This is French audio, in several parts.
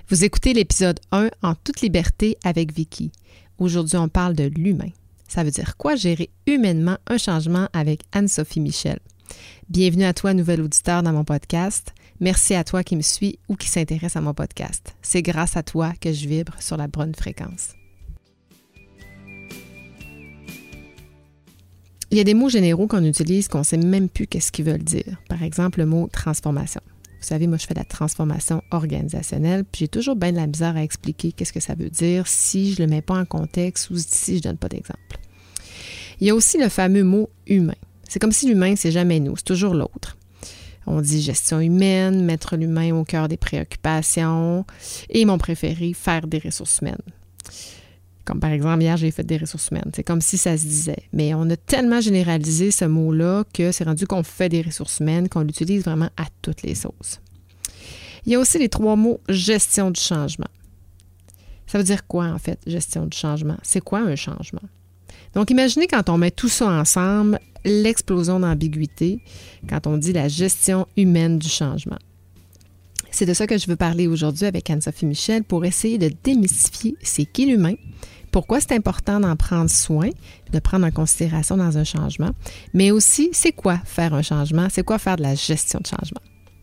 Vous écoutez l'épisode 1 en toute liberté avec Vicky. Aujourd'hui, on parle de l'humain. Ça veut dire quoi gérer humainement un changement avec Anne-Sophie Michel. Bienvenue à toi, nouvel auditeur dans mon podcast. Merci à toi qui me suis ou qui s'intéresse à mon podcast. C'est grâce à toi que je vibre sur la bonne fréquence. Il y a des mots généraux qu'on utilise qu'on ne sait même plus qu'est-ce qu'ils veulent dire. Par exemple, le mot transformation. Vous savez, moi, je fais de la transformation organisationnelle, puis j'ai toujours bien de la misère à expliquer qu'est-ce que ça veut dire si je ne le mets pas en contexte ou si je ne donne pas d'exemple. Il y a aussi le fameux mot humain. C'est comme si l'humain, c'est jamais nous, c'est toujours l'autre. On dit gestion humaine, mettre l'humain au cœur des préoccupations et mon préféré, faire des ressources humaines. Comme par exemple, hier, j'ai fait des ressources humaines. C'est comme si ça se disait. Mais on a tellement généralisé ce mot-là que c'est rendu qu'on fait des ressources humaines, qu'on l'utilise vraiment à toutes les sauces. Il y a aussi les 3 mots gestion du changement. Ça veut dire quoi, en fait, gestion du changement? C'est quoi un changement? Donc, imaginez quand on met tout ça ensemble, l'explosion d'ambiguïté, quand on dit la gestion humaine du changement. C'est de ça que je veux parler aujourd'hui avec Anne-Sophie Michel pour essayer de démystifier c'est qui l'humain, pourquoi c'est important d'en prendre soin, de prendre en considération dans un changement, mais aussi c'est quoi faire un changement, c'est quoi faire de la gestion de changement.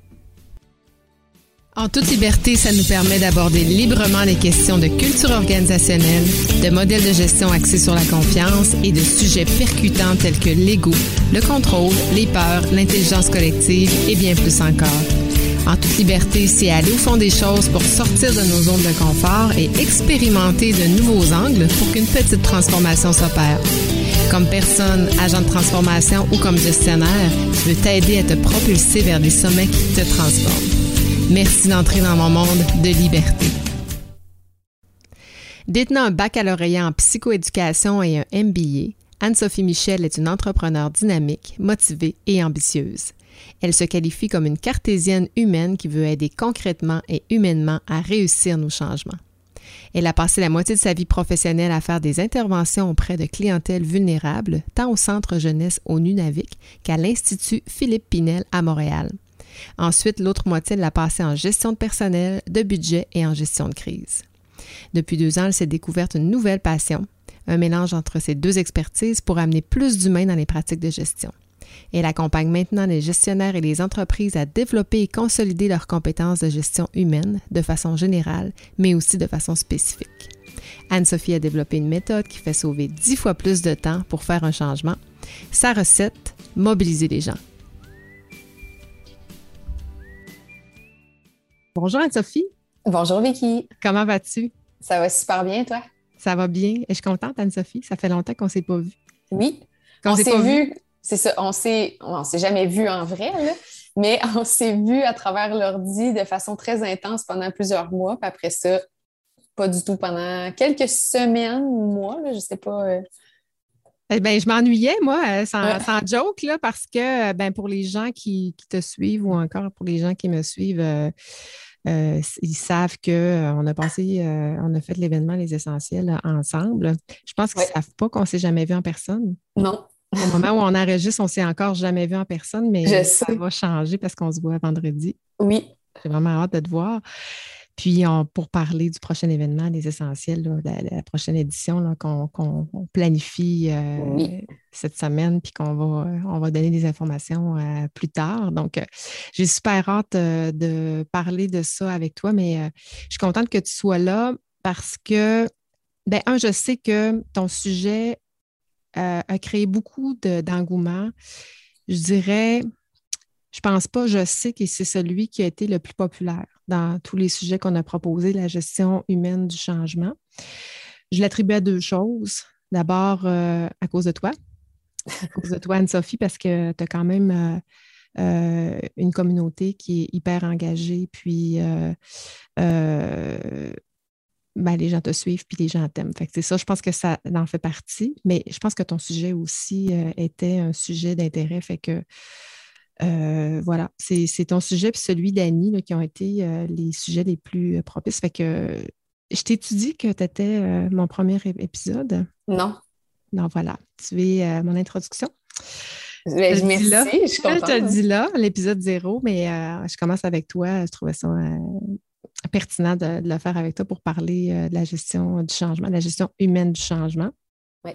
En toute liberté, ça nous permet d'aborder librement les questions de culture organisationnelle, de modèles de gestion axés sur la confiance et de sujets percutants tels que l'ego, le contrôle, les peurs, l'intelligence collective et bien plus encore. En toute liberté, c'est aller au fond des choses pour sortir de nos zones de confort et expérimenter de nouveaux angles pour qu'une petite transformation s'opère. Comme personne, agent de transformation ou comme gestionnaire, je veux t'aider à te propulser vers des sommets qui te transforment. Merci d'entrer dans mon monde de liberté. Détenant un baccalauréat en psychoéducation et un MBA, Anne-Sophie Michel est une entrepreneure dynamique, motivée et ambitieuse. Elle se qualifie comme une cartésienne humaine qui veut aider concrètement et humainement à réussir nos changements. Elle a passé la moitié de sa vie professionnelle à faire des interventions auprès de clientèles vulnérables, tant au Centre jeunesse au Nunavik qu'à l'Institut Philippe Pinel à Montréal. Ensuite, l'autre moitié l'a passée en gestion de personnel, de budget et en gestion de crise. Depuis 2 ans, elle s'est découverte une nouvelle passion, un mélange entre ces 2 expertises pour amener plus d'humain dans les pratiques de gestion. Elle accompagne maintenant les gestionnaires et les entreprises à développer et consolider leurs compétences de gestion humaine de façon générale, mais aussi de façon spécifique. Anne-Sophie a développé une méthode qui fait sauver 10 fois plus de temps pour faire un changement. Sa recette, mobiliser les gens. Bonjour Anne-Sophie. Bonjour Vicky. Comment vas-tu? Ça va super bien, toi? Ça va bien. Et je suis contente, Anne-Sophie. Ça fait longtemps qu'on ne s'est pas vu. Oui. On s'est vu. C'est ça. On s'est jamais vu en vrai, là, mais on s'est vu à travers l'ordi de façon très intense pendant plusieurs mois. Puis après ça, pas du tout pendant quelques semaines, mois, là, je sais pas. Eh bien, je m'ennuyais, moi, sans joke, là, parce que pour les gens qui te suivent ou encore pour les gens qui me suivent, ils savent qu'on a on a fait l'événement Les Essentiels là, ensemble. Je pense qu'ils ne savent pas qu'on ne s'est jamais vu en personne. Non. Au moment où on enregistre, on ne s'est encore jamais vu en personne, mais ça va changer parce qu'on se voit vendredi. Oui. J'ai vraiment hâte de te voir. Puis, pour parler du prochain événement, Les Essentiels, là, la prochaine édition là, qu'on planifie cette semaine, puis on va donner des informations plus tard. Donc, j'ai super hâte de parler de ça avec toi, mais je suis contente que tu sois là parce que, je sais que ton sujet a créé beaucoup d'engouement. Je dirais... Je pense pas, je sais que c'est celui qui a été le plus populaire dans tous les sujets qu'on a proposés, la gestion humaine du changement. Je l'attribue à 2 choses. D'abord, à cause de toi. À cause de toi, Anne-Sophie, parce que tu as quand même une communauté qui est hyper engagée, puis les gens te suivent, puis les gens t'aiment. Fait que c'est ça, je pense que ça en fait partie, mais je pense que ton sujet aussi était un sujet d'intérêt, fait que voilà, c'est ton sujet puis celui d'Annie là, qui ont été les sujets les plus propices. Fait que je t'ai-tu dit que tu étais mon premier épisode? Non. Non, voilà. Tu es mon introduction. Merci, je suis contente. Je te le dis là, l'épisode 0, mais je commence avec toi. Je trouvais ça pertinent de le faire avec toi pour parler de la gestion du changement, de la gestion humaine du changement. Oui.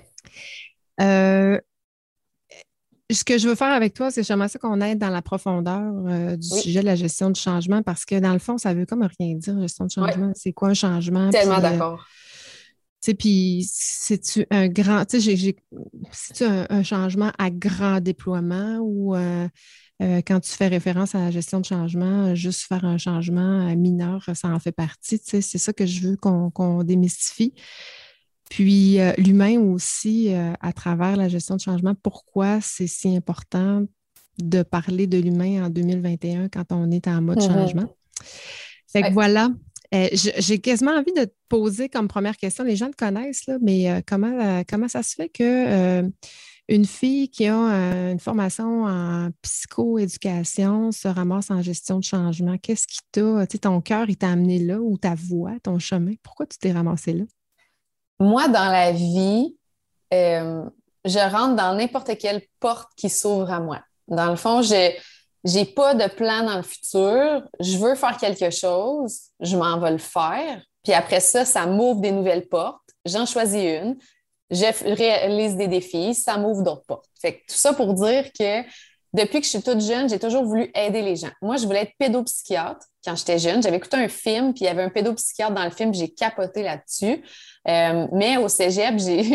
Ce que je veux faire avec toi, c'est j'aimerais ça qu'on aille dans la profondeur du sujet de la gestion du changement parce que dans le fond, ça veut comme rien dire, gestion de changement. Oui. C'est quoi un changement? Tellement d'accord. Tu sais, puis c'est-tu un grand, tu sais, c'est-tu un changement à grand déploiement ou quand tu fais référence à la gestion de changement, juste faire un changement mineur, ça en fait partie. Tu sais, c'est ça que je veux qu'on démystifie. Puis l'humain aussi, à travers la gestion de changement, pourquoi c'est si important de parler de l'humain en 2021 quand on est en mode changement. Fait que voilà, j'ai quasiment envie de te poser comme première question, les gens te connaissent, là, mais comment ça se fait que une fille qui a une formation en psychoéducation se ramasse en gestion de changement? Qu'est-ce qui t'a, tu sais, ton cœur, il t'a amené là ou ta voix, ton chemin? Pourquoi tu t'es ramassé là? Moi, dans la vie, je rentre dans n'importe quelle porte qui s'ouvre à moi. Dans le fond, j'ai pas de plan dans le futur. Je veux faire quelque chose, je m'en vais le faire. Puis après ça, ça m'ouvre des nouvelles portes. J'en choisis une. Je réalise des défis, ça m'ouvre d'autres portes. Fait que tout ça pour dire que depuis que je suis toute jeune, j'ai toujours voulu aider les gens. Moi, je voulais être pédopsychiatre quand j'étais jeune. J'avais écouté un film, puis il y avait un pédopsychiatre dans le film, j'ai capoté là-dessus. Mais au cégep,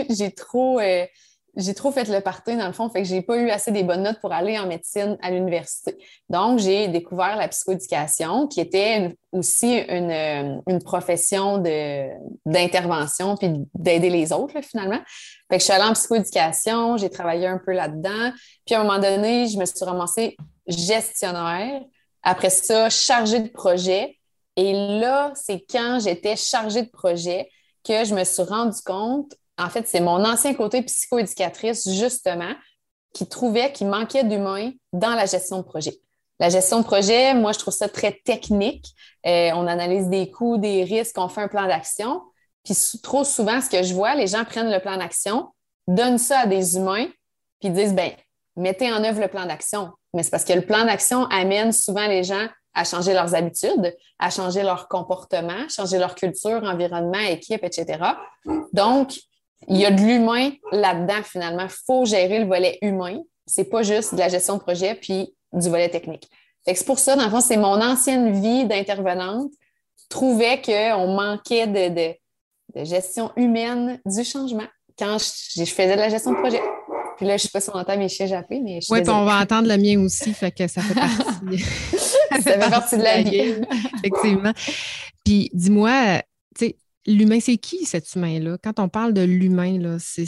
j'ai trop fait le party, dans le fond, fait que j'ai pas eu assez des bonnes notes pour aller en médecine à l'université. Donc, j'ai découvert la psychoéducation, qui était aussi une profession d'intervention puis d'aider les autres, là, finalement. Fait que je suis allée en psychoéducation, j'ai travaillé un peu là-dedans. Puis, à un moment donné, je me suis ramassée gestionnaire. Après ça, chargée de projet. Et là, c'est quand j'étais chargée de projet que je me suis rendu compte, en fait, c'est mon ancien côté psychoéducatrice, justement, qui trouvait qu'il manquait d'humain dans la gestion de projet. La gestion de projet, moi, je trouve ça très technique. On analyse des coûts, des risques, on fait un plan d'action. Puis trop souvent, ce que je vois, les gens prennent le plan d'action, donnent ça à des humains, puis disent, ben, mettez en œuvre le plan d'action. Mais c'est parce que le plan d'action amène souvent les gens à changer leurs habitudes, à changer leur comportement, changer leur culture, environnement, équipe, etc. Donc, il y a de l'humain là-dedans, finalement. Il faut gérer le volet humain. C'est pas juste de la gestion de projet puis du volet technique. Fait que c'est pour ça, dans le fond, c'est mon ancienne vie d'intervenante trouvait qu'on manquait de gestion humaine du changement quand je faisais de la gestion de projet. Puis là, je ne sais pas si on entend mes chiens japper, mais je suis Oui, puis on va entendre le mien aussi, fait que ça fait partie. Ça fait partie de la vie. Effectivement. Puis dis-moi, tu sais, l'humain, c'est qui cet humain-là? Quand on parle de l'humain, là, c'est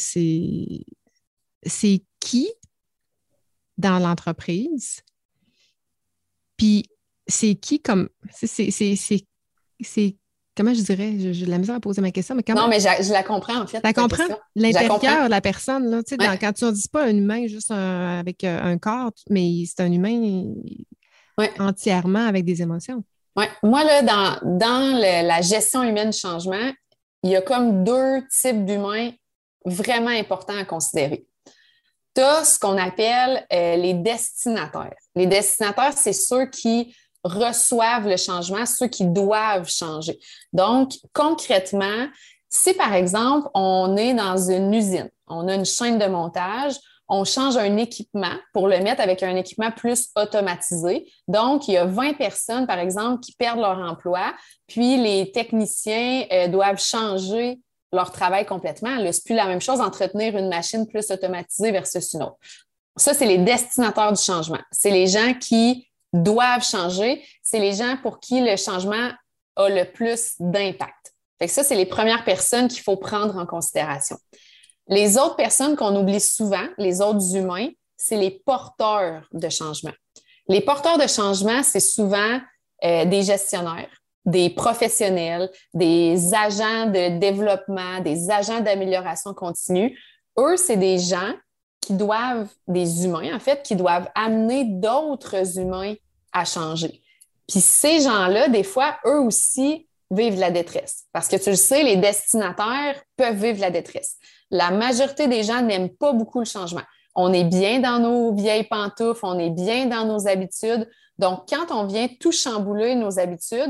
qui dans l'entreprise? Puis c'est qui comme. C'est comment je dirais? J'ai de la misère à poser ma question, mais comment. Non, mais je la comprends, en fait. Tu comprends? L'intérieur de la personne, là, tu sais, Ouais. quand tu ne dis pas un humain juste avec un corps, mais c'est un humain entièrement avec des émotions. Ouais. Moi, là, dans la gestion humaine du changement, il y a comme deux types d'humains vraiment importants à considérer. Tu as ce qu'on appelle les destinataires. Les destinataires, c'est ceux qui reçoivent le changement, ceux qui doivent changer. Donc, concrètement, si par exemple, on est dans une usine, on a une chaîne de montage, on change un équipement pour le mettre avec un équipement plus automatisé. Donc, il y a 20 personnes, par exemple, qui perdent leur emploi, puis les techniciens doivent changer leur travail complètement. Ce n'est plus la même chose d'entretenir une machine plus automatisée versus une autre. Ça, c'est les destinataires du changement. C'est les gens qui doivent changer. C'est les gens pour qui le changement a le plus d'impact. Fait que ça, c'est les premières personnes qu'il faut prendre en considération. Les autres personnes qu'on oublie souvent, les autres humains, c'est les porteurs de changement. Les porteurs de changement, c'est souvent des gestionnaires, des professionnels, des agents de développement, des agents d'amélioration continue. Eux, c'est des gens des humains, en fait, qui doivent amener d'autres humains à changer. Puis ces gens-là, des fois, eux aussi vivent de la détresse. Parce que tu le sais, les destinataires peuvent vivre de la détresse. La majorité des gens n'aiment pas beaucoup le changement. On est bien dans nos vieilles pantoufles, on est bien dans nos habitudes. Donc, quand on vient tout chambouler nos habitudes,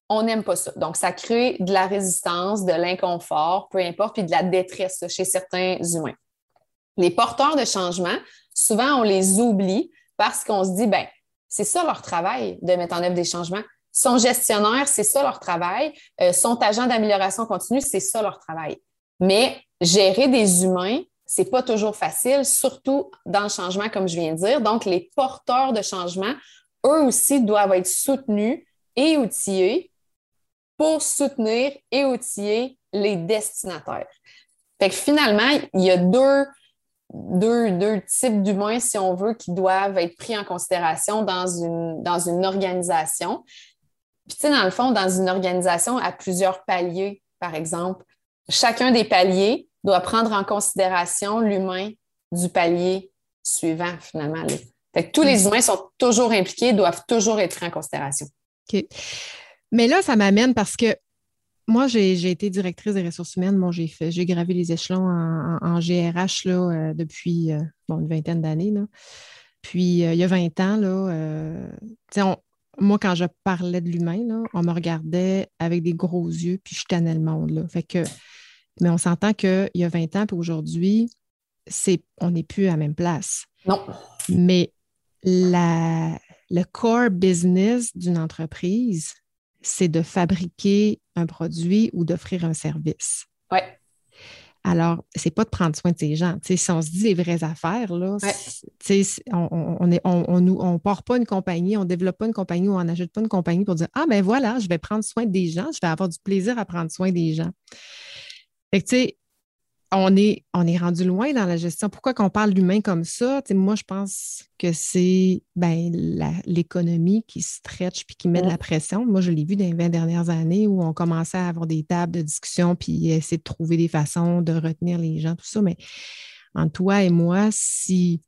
on n'aime pas ça. Donc, ça crée de la résistance, de l'inconfort, peu importe, puis de la détresse chez certains humains. Les porteurs de changement, souvent, on les oublie parce qu'on se dit, ben, c'est ça leur travail de mettre en œuvre des changements. Sont gestionnaires, c'est ça leur travail. Sont agents d'amélioration continue, c'est ça leur travail. Mais gérer des humains, c'est pas toujours facile, surtout dans le changement, comme je viens de dire. Donc, les porteurs de changement, eux aussi, doivent être soutenus et outillés pour soutenir et outiller les destinataires. Fait que finalement, il y a deux types d'humains, si on veut, qui doivent être pris en considération dans une organisation. Puis, tu sais, dans le fond, dans une organisation à plusieurs paliers, par exemple, chacun des paliers doit prendre en considération l'humain du palier suivant, finalement. Là. Fait que tous les humains sont toujours impliqués, doivent toujours être pris en considération. OK. Mais là, ça m'amène parce que moi, j'ai été directrice des ressources humaines. Bon, j'ai gravi les échelons en GRH là, depuis une vingtaine d'années. Là. Puis, il y a 20 ans, là, moi, quand je parlais de l'humain, là, on me regardait avec des gros yeux, puis je tannais le monde. Là. Fait que, mais on s'entend qu'il y a 20 ans, puis aujourd'hui, on n'est plus à la même place. Non. Mais le core business d'une entreprise, c'est de fabriquer un produit ou d'offrir un service. Oui. Alors, c'est pas de prendre soin de ces gens. T'sais, si on se dit les vraies affaires, là, on ne part pas une compagnie, on ne développe pas une compagnie ou on n'achète pas une compagnie pour dire « Ah, ben voilà, je vais prendre soin des gens, je vais avoir du plaisir à prendre soin des gens. » Fait que, tu sais, on est rendu loin dans la gestion. Pourquoi qu'on parle d'humain comme ça? T'sais, moi, je pense que c'est l'économie qui stretch puis qui met de la pression. Moi, je l'ai vu dans les 20 dernières années où on commençait à avoir des tables de discussion puis essayer de trouver des façons de retenir les gens, tout ça. Mais entre toi et moi, si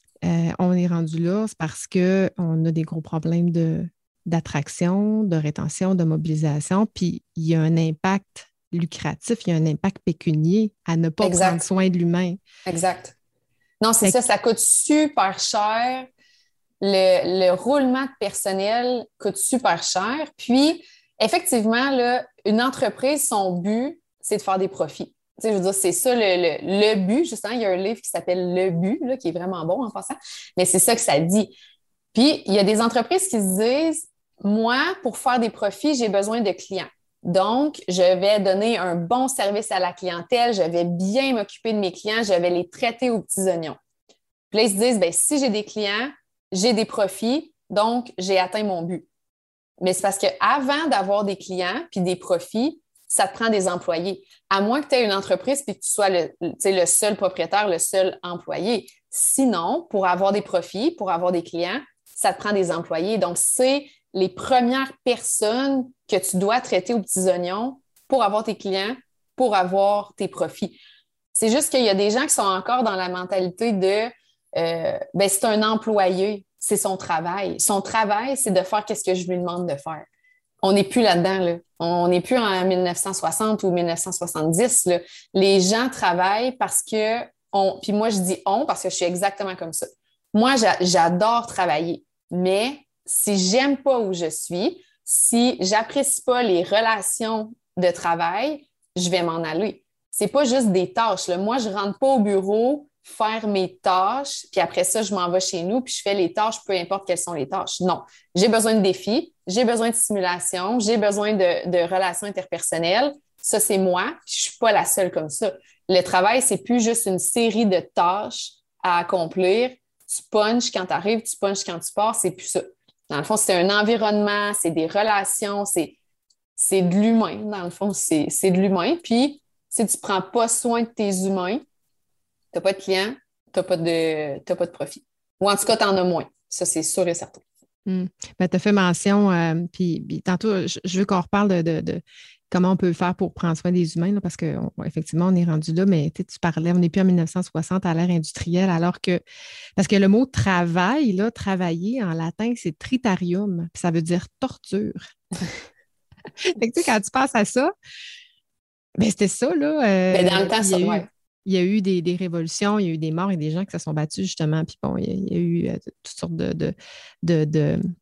on est rendu là, c'est parce qu'on a des gros problèmes d'attraction, de rétention, de mobilisation, puis il y a un impact lucratif, il y a un impact pécunier à ne pas prendre soin de l'humain. Exact. Non, c'est ça coûte super cher. Le roulement de personnel coûte super cher. Puis, effectivement, là, une entreprise, son but, c'est de faire des profits. Tu sais, je veux dire, c'est ça le but. Justement, il y a un livre qui s'appelle Le but, là, qui est vraiment bon en passant, mais c'est ça que ça dit. Puis, il y a des entreprises qui se disent, moi, pour faire des profits, j'ai besoin de clients. Donc, je vais donner un bon service à la clientèle, je vais bien m'occuper de mes clients, je vais les traiter aux petits oignons. Puis là, ils se disent, bien, si j'ai des clients, j'ai des profits, donc j'ai atteint mon but. Mais c'est parce qu'avant d'avoir des clients puis des profits, ça te prend des employés. À moins que tu aies une entreprise puis que tu sois le seul propriétaire, le seul employé. Sinon, pour avoir des profits, pour avoir des clients, ça te prend des employés. Donc, c'est les premières personnes que tu dois traiter aux petits oignons pour avoir tes clients, pour avoir tes profits. C'est juste qu'il y a des gens qui sont encore dans la mentalité de c'est un employé, c'est son travail. Son travail, c'est de faire ce que je lui demande de faire. On n'est plus là-dedans, là. On n'est plus en 1960 ou 1970. Là. Les gens travaillent parce que puis moi, je dis on parce que je suis exactement comme ça. Moi, j'adore travailler, mais si j'aime pas où je suis, si j'apprécie pas les relations de travail, je vais m'en aller. C'est pas juste des tâches. Là. Moi, je rentre pas au bureau faire mes tâches, puis après ça, je m'en vais chez nous, puis je fais les tâches, peu importe quelles sont les tâches. Non. J'ai besoin de défis, j'ai besoin de stimulation, j'ai besoin de relations interpersonnelles. Ça, c'est moi, puis je suis pas la seule comme ça. Le travail, c'est plus juste une série de tâches à accomplir. Tu punches quand tu arrives, tu punches quand tu pars, c'est plus ça. Dans le fond, c'est un environnement, c'est des relations, c'est de l'humain. Dans le fond, c'est de l'humain. Puis, si tu ne prends pas soin de tes humains, tu n'as pas de clients, tu n'as pas de profit. Ou en tout cas, tu en as moins. Ça, c'est sûr et certain. Ben, tu as fait mention, puis tantôt, je veux qu'on reparle de comment on peut faire pour prendre soin des humains, là, parce qu'effectivement, on est rendu là, mais tu parlais, on n'est plus en 1960 à l'ère industrielle, parce que le mot travail, là, travailler en latin, c'est tritarium, puis ça veut dire torture. Fait que, tu sais, quand tu penses à ça, ben c'était ça, là. Mais dans le temps, ça, ouais. Il y a eu des révolutions, il y a eu des morts et des gens qui se sont battus, justement. Puis bon, il y a eu toutes sortes des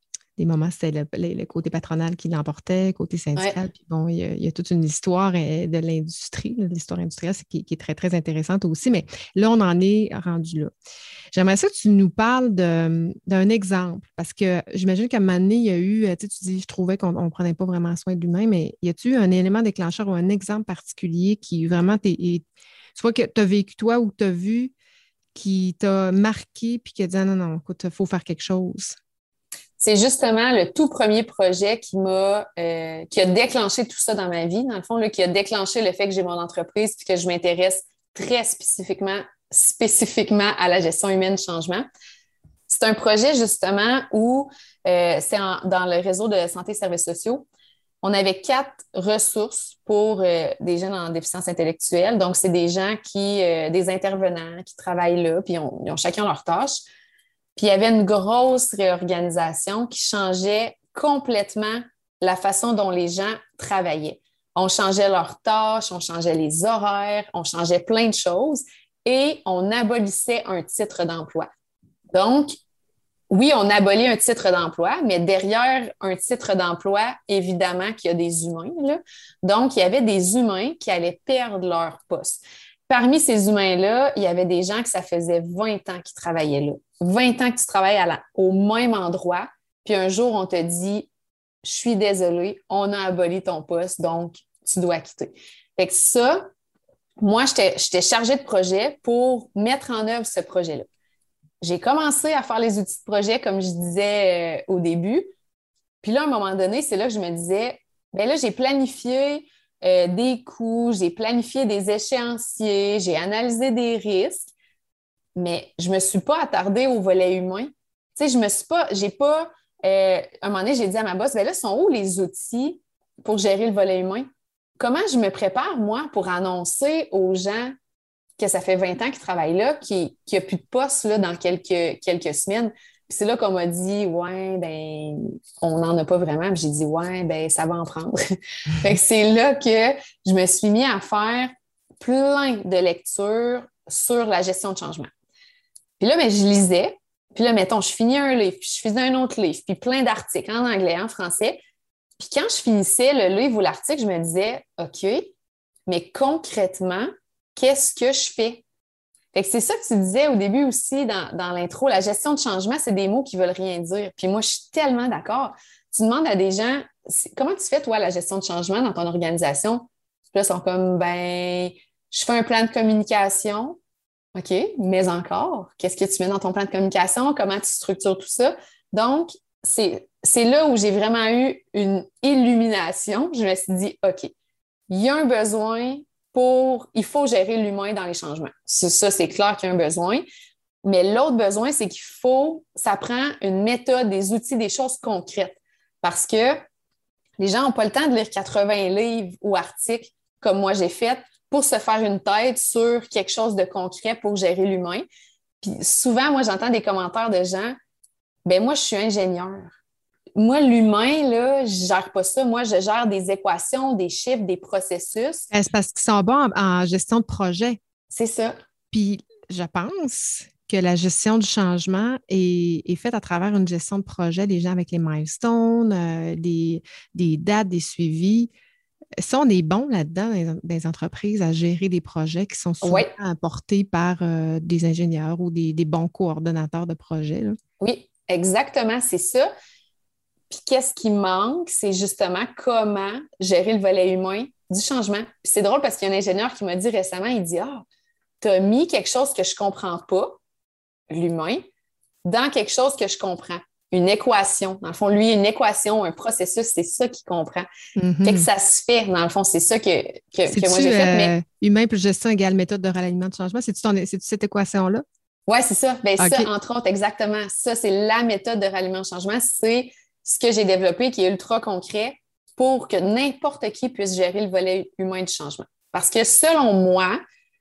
des moments, c'était le côté patronal qui l'emportait, côté syndical. Puis bon, il y a toute une histoire de l'industrie, l'histoire industrielle qui est très, très intéressante aussi. Mais là, on en est rendu là. J'aimerais ça que tu nous parles d'un exemple, parce que j'imagine qu'à un moment donné, il y a eu, tu dis, je trouvais qu'on ne prenait pas vraiment soin de l'humain, mais y a-tu un élément déclencheur ou un exemple particulier qui vraiment, soit que tu as vécu toi ou que tu as vu, qui t'a marqué puis qui a dit, ah, non, non, écoute, il faut faire quelque chose? C'est justement le tout premier projet qui a déclenché tout ça dans ma vie, dans le fond, là, qui a déclenché le fait que j'ai mon entreprise puis que je m'intéresse très spécifiquement à la gestion humaine du changement. C'est un projet justement où c'est dans le réseau de santé et services sociaux. On avait 4 ressources pour des jeunes en déficience intellectuelle. Donc, c'est des gens des intervenants qui travaillent là, puis ils ont chacun leur tâche. Puis, il y avait une grosse réorganisation qui changeait complètement la façon dont les gens travaillaient. On changeait leurs tâches, on changeait les horaires, on changeait plein de choses et on abolissait un titre d'emploi. Donc, oui, on abolit un titre d'emploi, mais derrière un titre d'emploi, évidemment qu'il y a des humains, là. Donc, il y avait des humains qui allaient perdre leur poste. Parmi ces humains-là, il y avait des gens que ça faisait 20 ans qu'ils travaillaient là. 20 ans que tu travailles au même endroit, puis un jour, on te dit « Je suis désolée, on a aboli ton poste, donc tu dois quitter. » Fait que ça, moi, j'étais chargée de projet pour mettre en œuvre ce projet-là. J'ai commencé à faire les outils de projet, comme je disais au début. Puis là, à un moment donné, c'est là que je me disais, bien là, j'ai planifié des coûts, j'ai planifié des échéanciers, j'ai analysé des risques, mais je ne me suis pas attardée au volet humain. Tu sais, à un moment donné, j'ai dit à ma boss, bien là, sont où les outils pour gérer le volet humain? Comment je me prépare, moi, pour annoncer aux gens que ça fait 20 ans qu'ils travaillent là, qu'il n'y a plus de poste là, dans quelques semaines. Puis c'est là qu'on m'a dit, ouais, ben, on n'en a pas vraiment. Puis j'ai dit, ouais, ben, ça va en prendre. Fait que c'est là que je me suis mis à faire plein de lectures sur la gestion de changement. Puis là, ben, je lisais. Puis là, mettons, je finis un livre, puis je faisais un autre livre, puis plein d'articles en anglais, en français. Puis quand je finissais le livre ou l'article, je me disais, OK, mais concrètement, qu'est-ce que je fais? Fait que c'est ça que tu disais au début aussi dans l'intro. La gestion de changement, c'est des mots qui veulent rien dire. Puis moi, je suis tellement d'accord. Tu demandes à des gens, comment tu fais, toi, la gestion de changement dans ton organisation? Puis là, ils sont comme, ben, je fais un plan de communication. OK, mais encore, qu'est-ce que tu mets dans ton plan de communication? Comment tu structures tout ça? Donc, c'est là où j'ai vraiment eu une illumination. Je me suis dit, OK, il y a un besoin il faut gérer l'humain dans les changements. Ça, c'est clair qu'il y a un besoin. Mais l'autre besoin, c'est ça prend une méthode, des outils, des choses concrètes. Parce que les gens n'ont pas le temps de lire 80 livres ou articles comme moi j'ai fait pour se faire une tête sur quelque chose de concret pour gérer l'humain. Puis souvent, moi, j'entends des commentaires de gens, ben moi, je suis ingénieur. Moi, l'humain, là, je ne gère pas ça. Moi, je gère des équations, des chiffres, des processus. C'est parce qu'ils sont bons en gestion de projet. C'est ça. Puis, je pense que la gestion du changement est faite à travers une gestion de projet. Les gens avec les milestones, des dates, des suivis. Ça, on est bon là-dedans dans les entreprises à gérer des projets qui sont souvent apportés par des ingénieurs ou des bons coordonnateurs de projets, là. Oui, exactement, c'est ça. Puis qu'est-ce qui manque, c'est justement comment gérer le volet humain du changement. Puis c'est drôle parce qu'il y a un ingénieur qui m'a dit récemment, il dit « Ah, tu as mis quelque chose que je ne comprends pas, l'humain, dans quelque chose que je comprends. Une équation. Dans le fond, lui, une équation, un processus, c'est ça qu'il comprend. Mm-hmm. Fait que ça se fait, dans le fond, c'est ça que moi j'ai fait. Mais... Humain plus gestion égale méthode de ralliement de changement. C'est-tu cette équation-là? Oui, c'est ça. Bien, okay. Ça, entre autres, exactement. Ça, c'est la méthode de ralliement de changement. C'est ce que j'ai développé qui est ultra concret pour que n'importe qui puisse gérer le volet humain du changement. Parce que selon moi,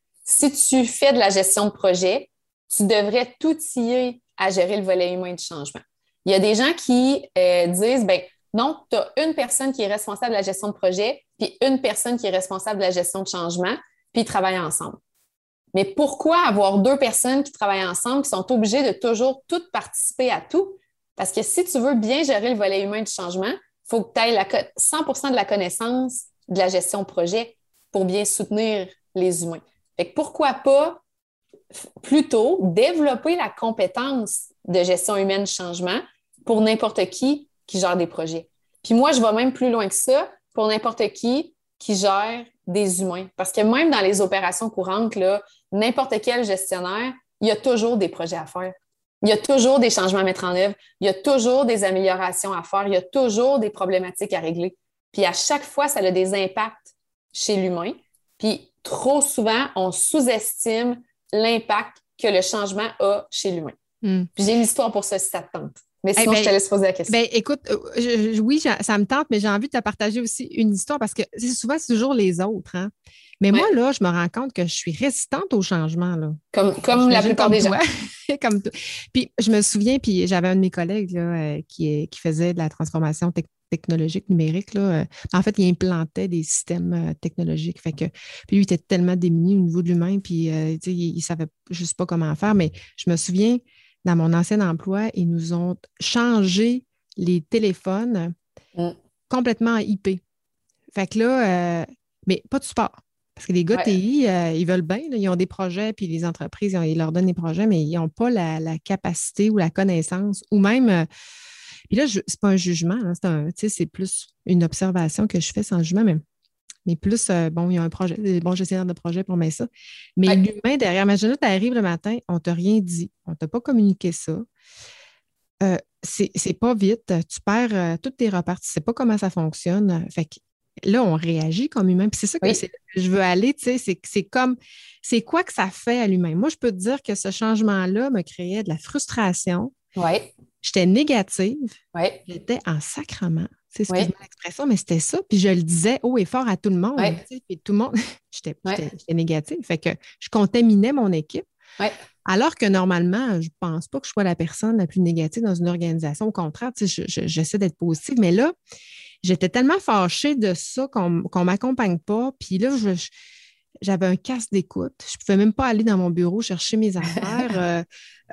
si tu fais de la gestion de projet, tu devrais t'outiller à gérer le volet humain du changement. Il y a des gens qui disent, ben non, tu as une personne qui est responsable de la gestion de projet, puis une personne qui est responsable de la gestion de changement, puis ils travaillent ensemble. Mais pourquoi avoir 2 personnes qui travaillent ensemble, qui sont obligées de toujours toutes participer à tout? Parce que si tu veux bien gérer le volet humain du changement, il faut que tu aies 100% de la connaissance de la gestion de projet pour bien soutenir les humains. Fait que pourquoi pas plutôt développer la compétence de gestion humaine du changement pour n'importe qui gère des projets. Puis moi, je vais même plus loin que ça pour n'importe qui gère des humains. Parce que même dans les opérations courantes, là, n'importe quel gestionnaire, il y a toujours des projets à faire. Il y a toujours des changements à mettre en œuvre. Il y a toujours des améliorations à faire. Il y a toujours des problématiques à régler. Puis à chaque fois, ça a des impacts chez l'humain. Puis trop souvent, on sous-estime l'impact que le changement a chez l'humain. Puis j'ai une histoire pour ça si ça te tente. Mais sinon, je te laisse poser la question. Écoute, oui, ça me tente, mais j'ai envie de te partager aussi une histoire parce que souvent, c'est toujours les autres. Hein? Mais moi, là, je me rends compte que je suis résistante au changement. Là. Comme la plupart des gens. Comme puis je me souviens, puis j'avais un de mes collègues là, qui faisait de la transformation technologique numérique. Là. En fait, il implantait des systèmes technologiques. Fait que, puis lui, il était tellement démuni au niveau de l'humain, puis il ne savait juste pas comment faire. Mais je me souviens, dans mon ancien emploi, ils nous ont changé les téléphones complètement en IP. Fait que là, mais pas de support. Parce que les gars TI, ils veulent bien, là, ils ont des projets, puis les entreprises, ils leur donnent des projets, mais ils n'ont pas la capacité ou la connaissance, ou même. Puis là, c'est pas un jugement, hein, c'est plus une observation que je fais sans jugement, mais plus, il y a un projet, des bons gestionnaires de projet pour mettre ça. Mais l'humain derrière, imagine, tu arrives le matin, on ne t'a rien dit, on ne t'a pas communiqué ça. C'est pas vite, tu perds toutes tes repères, tu ne sais pas comment ça fonctionne. Fait que là, on réagit comme humain. Puis c'est ça que je veux aller, tu sais, c'est quoi que ça fait à l'humain? Moi, je peux te dire que ce changement-là me créait de la frustration. Oui. J'étais négative. Oui. J'étais en sacrement. Excuse-moi l'expression, mais c'était ça. Puis je le disais haut et fort à tout le monde. Puis tout le monde, j'étais négative. Fait que je contaminais mon équipe. Alors que normalement, je ne pense pas que je sois la personne la plus négative dans une organisation. Au contraire, j'essaie d'être positive. Mais là, j'étais tellement fâchée de ça qu'on ne m'accompagne pas. Puis là, j'avais un casque d'écoute. Je ne pouvais même pas aller dans mon bureau chercher mes affaires.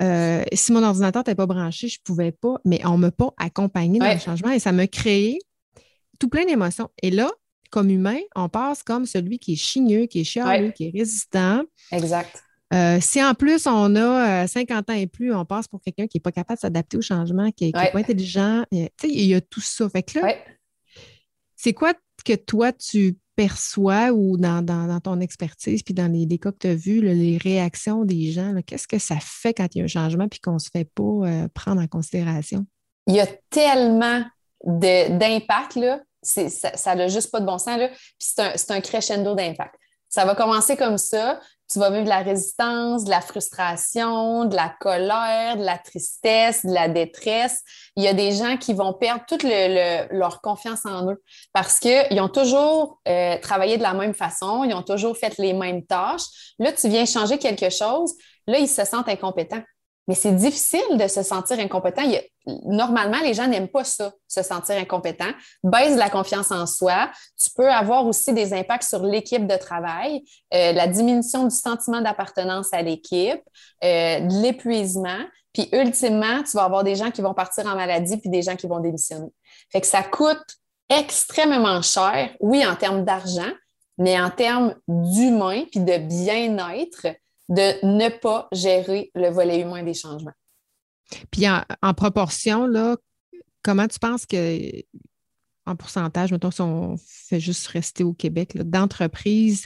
Si mon ordinateur n'était pas branché, je ne pouvais pas. Mais on ne m'a pas accompagnée dans le changement et ça m'a créé tout plein d'émotions. Et là, comme humain, on passe comme celui qui est chigneux, qui est chialeux, qui est résistant. Exact. Si en plus on a 50 ans et plus, on passe pour quelqu'un qui n'est pas capable de s'adapter au changement, qui n'est pas intelligent. Il y a tout ça. Fait que là, c'est quoi que toi, tu perçois ou dans ton expertise, puis dans les cas que tu as vus, les réactions des gens, qu'est-ce que ça fait quand il y a un changement puis qu'on ne se fait pas prendre en considération? Il y a tellement d'impact, là. Ça n'a juste pas de bon sens, là. Puis c'est un crescendo d'impact. Ça va commencer comme ça. Tu vas vivre de la résistance, de la frustration, de la colère, de la tristesse, de la détresse. Il y a des gens qui vont perdre toute leur confiance en eux parce qu'ils ont toujours travaillé de la même façon, ils ont toujours fait les mêmes tâches. Là, tu viens changer quelque chose, là, ils se sentent incompétents. Mais c'est difficile de se sentir incompétent. Normalement, les gens n'aiment pas ça, se sentir incompétent. Baisse la confiance en soi. Tu peux avoir aussi des impacts sur l'équipe de travail, la diminution du sentiment d'appartenance à l'équipe, de l'épuisement. Puis ultimement, tu vas avoir des gens qui vont partir en maladie puis des gens qui vont démissionner. Fait que ça coûte extrêmement cher, oui, en termes d'argent, mais en termes d'humain puis de bien-être, de ne pas gérer le volet humain des changements. Puis en proportion, là, comment tu penses que, en pourcentage, mettons, si on fait juste rester au Québec, d'entreprises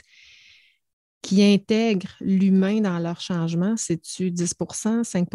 qui intègrent l'humain dans leur changement, c'est-tu 10 5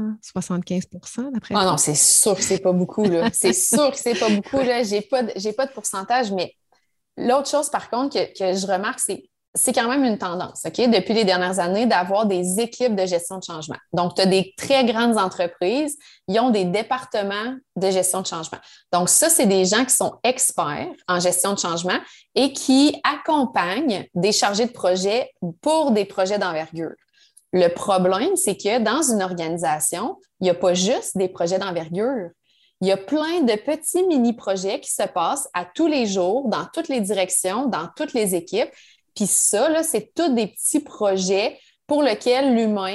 75 d'après toi? Ah non, c'est sûr que c'est pas beaucoup, là. C'est sûr que c'est pas beaucoup, là. J'ai pas de pourcentage, mais l'autre chose, par contre, que je remarque, c'est quand même une tendance, OK, depuis les dernières années, d'avoir des équipes de gestion de changement. Donc, tu as des très grandes entreprises, ils ont des départements de gestion de changement. Donc, ça, c'est des gens qui sont experts en gestion de changement et qui accompagnent des chargés de projet pour des projets d'envergure. Le problème, c'est que dans une organisation, il n'y a pas juste des projets d'envergure. Il y a plein de petits mini-projets qui se passent à tous les jours, dans toutes les directions, dans toutes les équipes. Puis ça, là, c'est tous des petits projets pour lesquels l'humain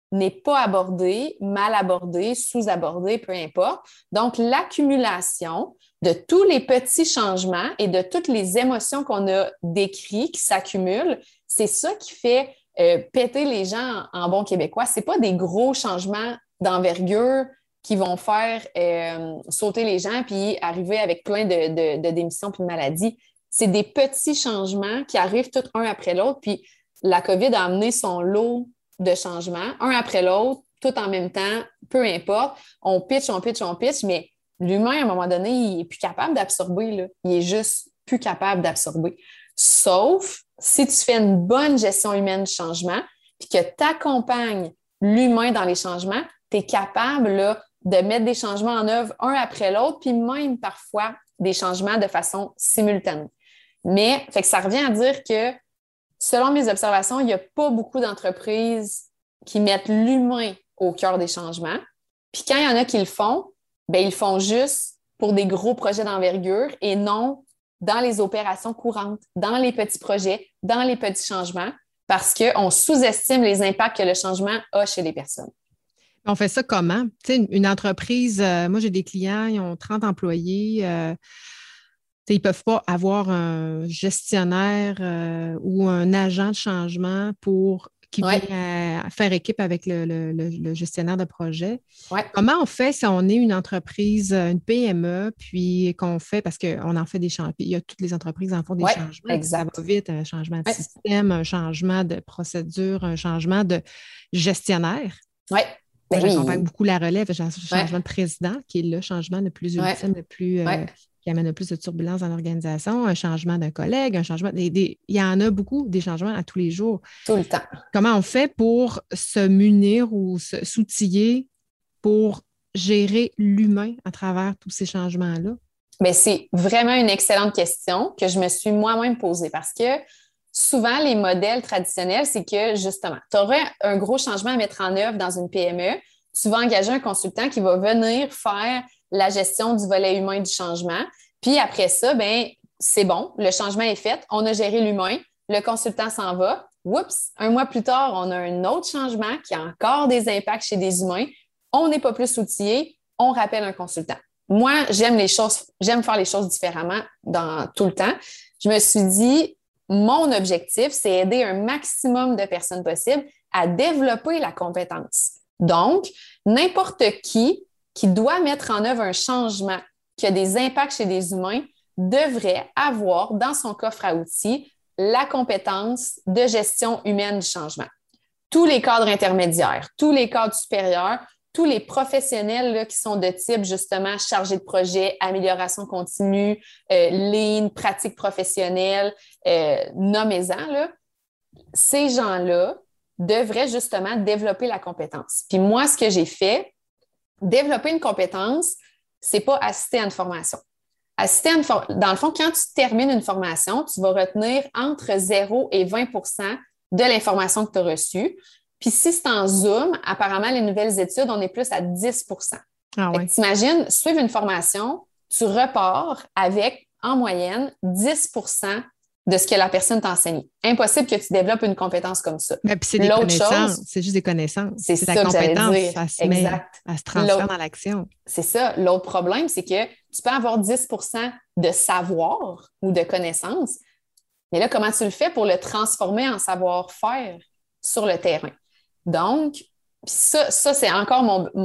n'est pas abordé, mal abordé, sous-abordé, peu importe. Donc, l'accumulation de tous les petits changements et de toutes les émotions qu'on a décrites qui s'accumulent, c'est ça qui fait péter les gens en bon québécois. C'est pas des gros changements d'envergure qui vont faire sauter les gens puis arriver avec plein de démissions puis de maladies. C'est des petits changements qui arrivent tous un après l'autre. Puis la COVID a amené son lot de changements, un après l'autre, tout en même temps, peu importe. On pitch, mais l'humain, à un moment donné, il n'est plus capable d'absorber, là. Il est juste plus capable d'absorber. Sauf si tu fais une bonne gestion humaine du changement puis que tu accompagnes l'humain dans les changements, tu es capable là, de mettre des changements en œuvre un après l'autre, puis même parfois des changements de façon simultanée. Mais fait que ça revient à dire que, selon mes observations, il n'y a pas beaucoup d'entreprises qui mettent l'humain au cœur des changements. Puis quand il y en a qui le font, bien, ils le font juste pour des gros projets d'envergure et non dans les opérations courantes, dans les petits projets, dans les petits changements, parce qu'on sous-estime les impacts que le changement a chez les personnes. On fait ça comment? Tu sais, une entreprise, moi j'ai des clients, ils ont 30 employés, ils ne peuvent pas avoir un gestionnaire ou un agent de changement qui vient faire équipe avec le gestionnaire de projet. Ouais. Comment on fait si on est une entreprise, une PME, puis qu'on fait, parce qu'on en fait des changements, il y a toutes les entreprises en font des changements, exact. Ça va vite, un changement de système, un changement de procédure, un changement de gestionnaire. Oui. Moi, j'accompagne beaucoup la relève, le changement de président, qui est le changement le plus ultime, le plus qui amène le plus de turbulences dans l'organisation, un changement d'un collègue, un changement. Il y en a beaucoup, des changements à tous les jours. Tout le temps. Comment on fait pour se munir ou s'outiller pour gérer l'humain à travers tous ces changements-là? Bien, c'est vraiment une excellente question que je me suis moi-même posée parce que souvent, les modèles traditionnels, c'est que justement, tu aurais un gros changement à mettre en œuvre dans une PME. Tu vas engager un consultant qui va venir faire la gestion du volet humain du changement. Puis après ça, bien, c'est bon, le changement est fait, on a géré l'humain, le consultant s'en va. Oups, un mois plus tard, on a un autre changement qui a encore des impacts chez des humains. On n'est pas plus outillé, on rappelle un consultant. Moi, j'aime faire les choses différemment tout le temps. Je me suis dit, mon objectif, c'est aider un maximum de personnes possibles à développer la compétence. Donc, n'importe qui doit mettre en œuvre un changement qui a des impacts chez des humains devrait avoir dans son coffre à outils la compétence de gestion humaine du changement. Tous les cadres intermédiaires, tous les cadres supérieurs, tous les professionnels là, qui sont de type, justement, chargé de projet, amélioration continue, lean, pratique professionnelle, nommez-en, là, ces gens-là devraient justement développer la compétence. Puis moi, ce que j'ai fait, développer une compétence, c'est pas assister à une formation. Dans le fond, quand tu termines une formation, tu vas retenir entre 0 et 20 de l'information que tu as reçue. Puis si c'est en Zoom, apparemment, les nouvelles études, on est plus à 10 T'imagines, suivre une formation, tu repars avec, en moyenne, 10 de ce que la personne t'a enseigné. Impossible que tu développes une compétence comme ça. Mais puis c'est des connaissances, c'est juste des connaissances. C'est ça la que j'allais compétence, dire. ça se transfère dans l'action. C'est ça. L'autre problème, c'est que tu peux avoir 10 de savoir ou de connaissances, mais là, comment tu le fais pour le transformer en savoir-faire sur le terrain? Donc, ça c'est encore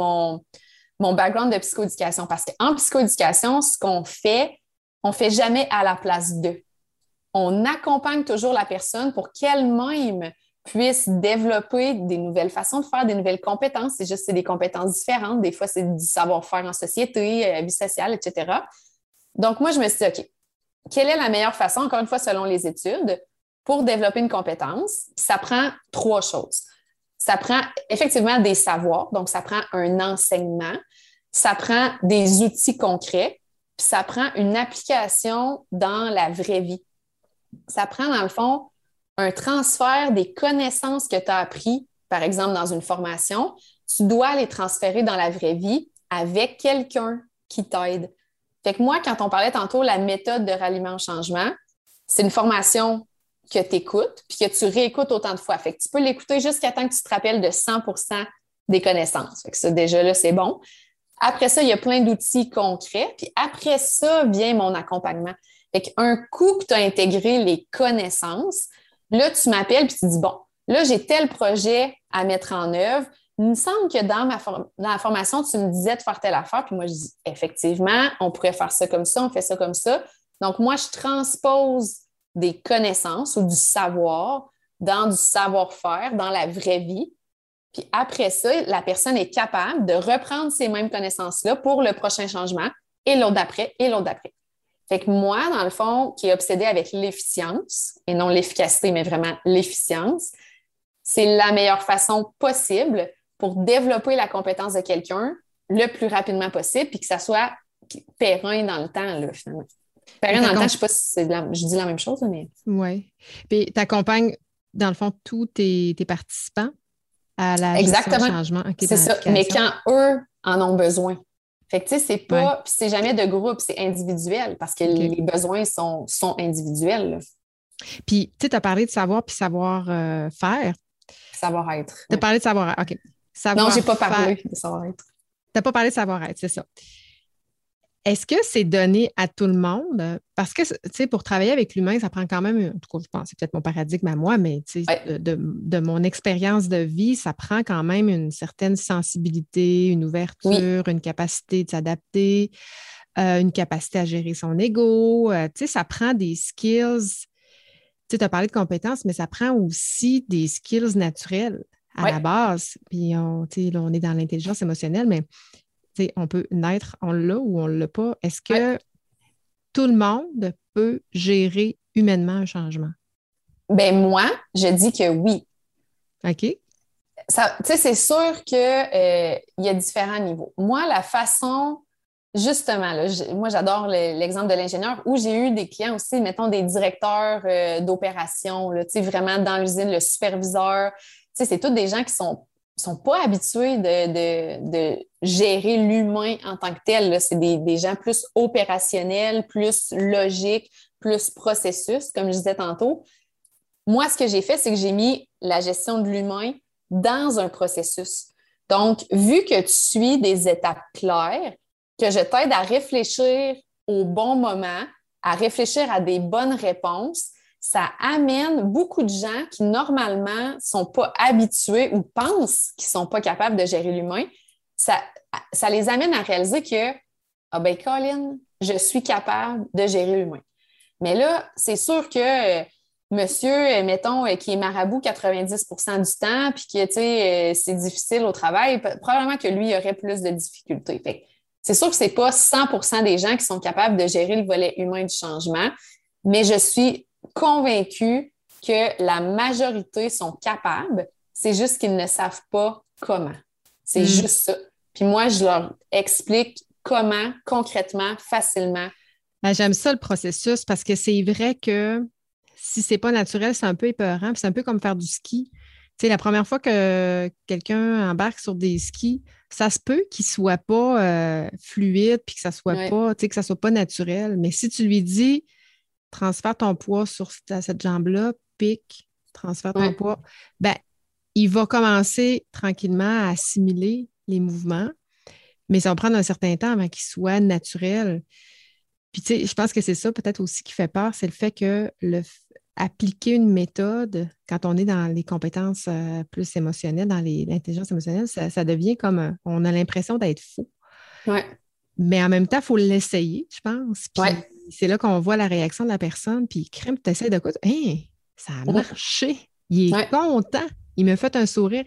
mon background de psychoéducation, parce qu'en psychoéducation, ce qu'on fait, on ne fait jamais à la place d'eux. On accompagne toujours la personne pour qu'elle-même puisse développer des nouvelles façons de faire, des nouvelles compétences. C'est des compétences différentes. Des fois, c'est du savoir-faire en société, vie sociale, etc. Donc, moi, je me suis dit, OK, quelle est la meilleure façon, encore une fois, selon les études, pour développer une compétence? Puis ça prend 3 choses. Ça prend effectivement des savoirs, donc ça prend un enseignement, ça prend des outils concrets, puis ça prend une application dans la vraie vie. Ça prend, dans le fond, un transfert des connaissances que tu as apprises, par exemple, dans une formation. Tu dois les transférer dans la vraie vie avec quelqu'un qui t'aide. Fait que moi, quand on parlait tantôt de la méthode de ralliement au changement, c'est une formation que tu écoutes puis que tu réécoutes autant de fois. Fait que tu peux l'écouter jusqu'à temps que tu te rappelles de 100% des connaissances. Fait que ça, déjà, là, c'est bon. Après ça, il y a plein d'outils concrets. Puis après ça, vient mon accompagnement. Fait qu'un coup que tu as intégré les connaissances, là, tu m'appelles puis tu dis, bon, là, j'ai tel projet à mettre en œuvre. Il me semble que dans la formation, tu me disais de faire telle affaire. Puis moi, je dis, effectivement, on pourrait faire ça comme ça, on fait ça comme ça. Donc, moi, je transpose des connaissances ou du savoir dans du savoir-faire, dans la vraie vie. Puis après ça, la personne est capable de reprendre ces mêmes connaissances-là pour le prochain changement et l'autre d'après et l'autre d'après. Fait que moi, dans le fond, qui est obsédée avec l'efficience et non l'efficacité, mais vraiment l'efficience, c'est la meilleure façon possible pour développer la compétence de quelqu'un le plus rapidement possible puis que ça soit pérenne dans le temps, là, finalement. Pérenne dans le temps, je ne sais pas si je dis la même chose, mais... Oui. Puis tu accompagnes, dans le fond, tous tes participants à la gestion du changement. Okay, c'est ça. Mais quand eux en ont besoin. Fait que, tu sais, c'est pas... Puis c'est jamais de groupe, c'est individuel parce que les besoins sont individuels, là. Puis, tu sais, tu as parlé de savoir puis savoir-faire. Savoir-être. Tu as parlé de savoir-être. OK. Non, je n'ai pas parlé de savoir-être. Tu n'as pas parlé de savoir-être, c'est ça. Est-ce que c'est donné à tout le monde? Parce que, tu sais, pour travailler avec l'humain, ça prend quand même, en tout cas, je pense, c'est peut-être mon paradigme à moi, mais tu sais, de mon expérience de vie, ça prend quand même une certaine sensibilité, une ouverture, une capacité de s'adapter, une capacité à gérer son ego. Tu sais, ça prend des skills. Tu sais, as parlé de compétences, mais ça prend aussi des skills naturels à la base. Puis, tu sais, là, on est dans l'intelligence émotionnelle, mais on peut naître, on l'a ou on ne l'a pas. Est-ce que tout le monde peut gérer humainement un changement? Ben moi, je dis que oui. OK. C'est sûr qu'il y a différents niveaux. Moi, la façon, justement, là, moi, j'adore l'exemple de l'ingénieur où j'ai eu des clients aussi, mettons, des directeurs d'opération, vraiment dans l'usine, le superviseur. C'est tous des gens qui sont pas habitués de gérer l'humain en tant que tel, là. C'est des gens plus opérationnels, plus logiques, plus processus, comme je disais tantôt. Moi, ce que j'ai fait, c'est que j'ai mis la gestion de l'humain dans un processus. Donc, vu que tu suis des étapes claires, que je t'aide à réfléchir au bon moment, à réfléchir à des bonnes réponses, ça amène beaucoup de gens qui, normalement, ne sont pas habitués ou pensent qu'ils ne sont pas capables de gérer l'humain. Ça les amène à réaliser que, ah ben, Colin, je suis capable de gérer l'humain. Mais là, c'est sûr que monsieur, mettons, qui est marabout 90% du temps, puis que, tu sais, c'est difficile au travail, probablement que lui, il aurait plus de difficultés. Fait que c'est sûr que ce n'est pas 100% des gens qui sont capables de gérer le volet humain du changement, mais je suis convaincue que la majorité sont capables, c'est juste qu'ils ne savent pas comment. C'est juste ça. Puis moi, je leur explique comment, concrètement, facilement. Ben, j'aime ça le processus parce que c'est vrai que si c'est pas naturel, c'est un peu épeurant. Puis c'est un peu comme faire du ski. Tu sais, la première fois que quelqu'un embarque sur des skis, ça se peut qu'il soit pas fluide puis que ça soit pas, tu sais, que ça soit pas naturel. Mais si tu lui dis transfère ton poids sur cette jambe-là, pique, transfère ton poids, ben, il va commencer tranquillement à assimiler les mouvements, mais ça va prendre un certain temps avant qu'il soit naturel. Puis, tu sais, je pense que c'est ça peut-être aussi qui fait peur, c'est le fait que appliquer une méthode, quand on est dans les compétences plus émotionnelles, dans l'intelligence émotionnelle, ça devient comme, on a l'impression d'être fou. Ouais. Mais en même temps, il faut l'essayer, je pense. Puis c'est là qu'on voit la réaction de la personne, puis crème, tu essaies de quoi? Hey, ça a marché. Il est content. Il m'a fait un sourire.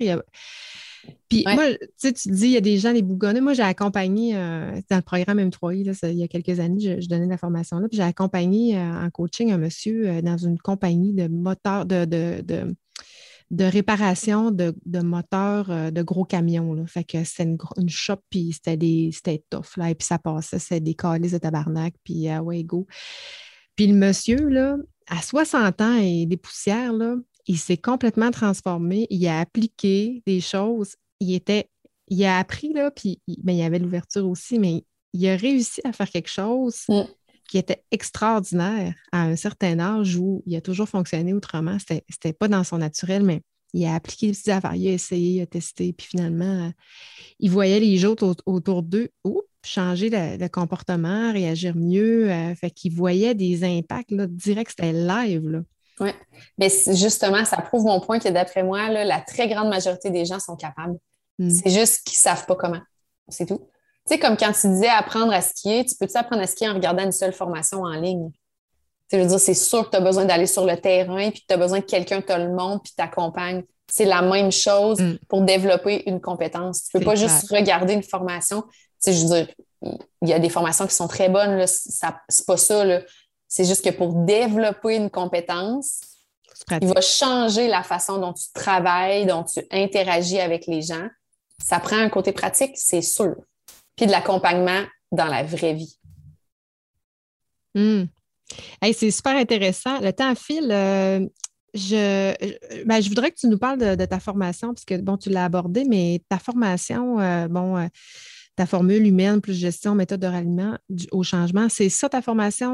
Puis moi, tu sais, tu te dis, il y a des gens, les bougonneux. Moi, j'ai accompagné dans le programme M3I, là, il y a quelques années, je donnais de la formation là, puis j'ai accompagné en coaching un monsieur dans une compagnie de moteurs, de réparation de moteurs de gros camions. Là. Fait que c'était une shop, puis c'était tough, là, et puis ça passait, c'était des calices de tabarnak, puis ouais, go. Puis le monsieur, là, à 60 ans et des poussières, là, il s'est complètement transformé. Il a appliqué des choses. Il a appris, là, puis il y avait l'ouverture aussi, mais il a réussi à faire quelque chose qui était extraordinaire à un certain âge où il a toujours fonctionné autrement. C'était pas dans son naturel, mais il a appliqué des petites affaires, il a essayé, il a testé, puis finalement, il voyait les autres autour d'eux changer le comportement, réagir mieux. Fait qu'il voyait des impacts là, direct, c'était live. Là. Oui. Mais justement, ça prouve mon point que d'après moi, là, la très grande majorité des gens sont capables. C'est juste qu'ils ne savent pas comment. C'est tout. Tu sais, comme quand tu disais apprendre à skier, tu peux-tu apprendre à skier en regardant une seule formation en ligne? Tu sais, je veux dire, c'est sûr que tu as besoin d'aller sur le terrain, puis que tu as besoin que quelqu'un te le montre, puis t'accompagne. C'est la même chose pour développer une compétence. Tu ne peux pas juste regarder une formation. Tu sais, je veux dire, il y a des formations qui sont très bonnes, là, c'est pas ça, là. C'est juste que pour développer une compétence, il va changer la façon dont tu travailles, dont tu interagis avec les gens. Ça prend un côté pratique, c'est sûr. Puis de l'accompagnement dans la vraie vie. Hey, c'est super intéressant. Le temps file. Je voudrais que tu nous parles de ta formation, puisque, bon, tu l'as abordé, mais ta formation, ta formule humaine plus gestion, méthode de ralliement au changement, c'est ça ta formation?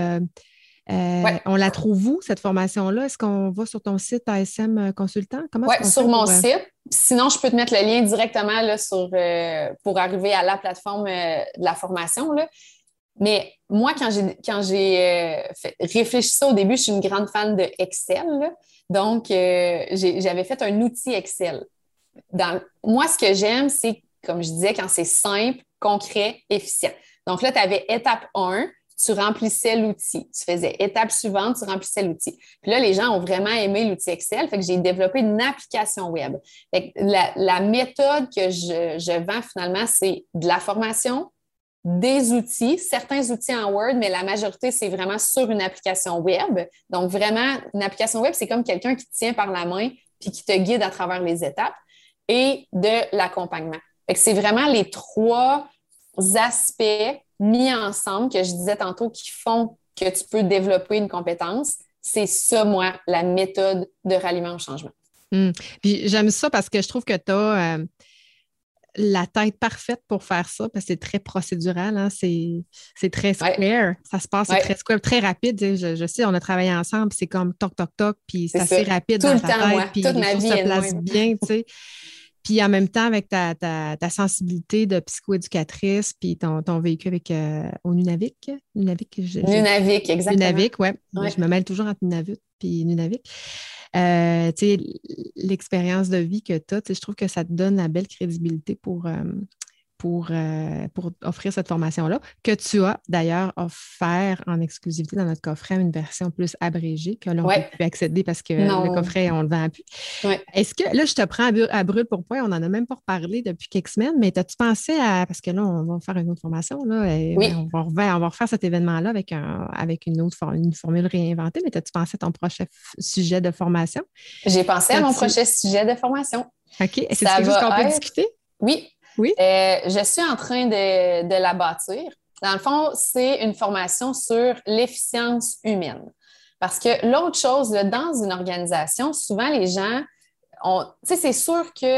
On la trouve où, cette formation-là? Est-ce qu'on va sur ton site ASM Consultant? Oui, sur mon site. Sinon, je peux te mettre le lien directement là, pour arriver à la plateforme de la formation. Là. Mais moi, quand j'ai réfléchi ça au début, je suis une grande fan de Excel. Là. Donc, j'avais fait un outil Excel. Moi, ce que j'aime, c'est, comme je disais, quand c'est simple, concret, efficient. Donc là, tu avais étape 1, tu remplissais l'outil. Tu faisais étape suivante, tu remplissais l'outil. Puis là, les gens ont vraiment aimé l'outil Excel, fait que j'ai développé une application web. Fait que la méthode que je vends finalement, c'est de la formation, des outils, certains outils en Word, mais la majorité, c'est vraiment sur une application web. Donc, vraiment, une application web, c'est comme quelqu'un qui te tient par la main puis qui te guide à travers les étapes et de l'accompagnement. Fait que c'est vraiment les 3 aspects mis ensemble que je disais tantôt qui font que tu peux développer une compétence. C'est ça, moi, la méthode de ralliement au changement. Puis j'aime ça parce que je trouve que tu as la tête parfaite pour faire ça, parce que c'est très procédural, hein? C'est très square. Ouais. Ça se passe, c'est très square, très rapide. Je sais, on a travaillé ensemble, c'est comme toc, toc, toc, puis c'est assez rapide tout dans le ta temps, tête, moi. puis toute les ma choses vie se placent bien, tu sais. Puis en même temps, avec ta sensibilité de psychoéducatrice, puis ton vécu avec au Nunavik. Nunavik, exactement. Nunavik, oui. Je me mêle toujours entre Nunavut puis Nunavik. L'expérience de vie que tu as, je trouve que ça te donne la belle crédibilité pour offrir cette formation-là, que tu as d'ailleurs offert en exclusivité dans notre coffret, une version plus abrégée, que là, on ne peut plus accéder parce que le coffret, on ne le vend plus. Ouais. Est-ce que, là, je te prends à brûle pour point, on n'en a même pas reparlé depuis quelques semaines, mais as-tu pensé à, parce que là, on va faire une autre formation, là, et on va refaire cet événement-là avec une formule réinventée, mais as-tu pensé à ton prochain sujet de formation? J'ai pensé à mon prochain sujet de formation. OK. Est-ce que c'est quelque chose qu'on peut discuter? Oui. Oui. Je suis en train de la bâtir. Dans le fond, c'est une formation sur l'efficience humaine. Parce que l'autre chose, là, dans une organisation, souvent les gens, tu sais, c'est sûr qu'il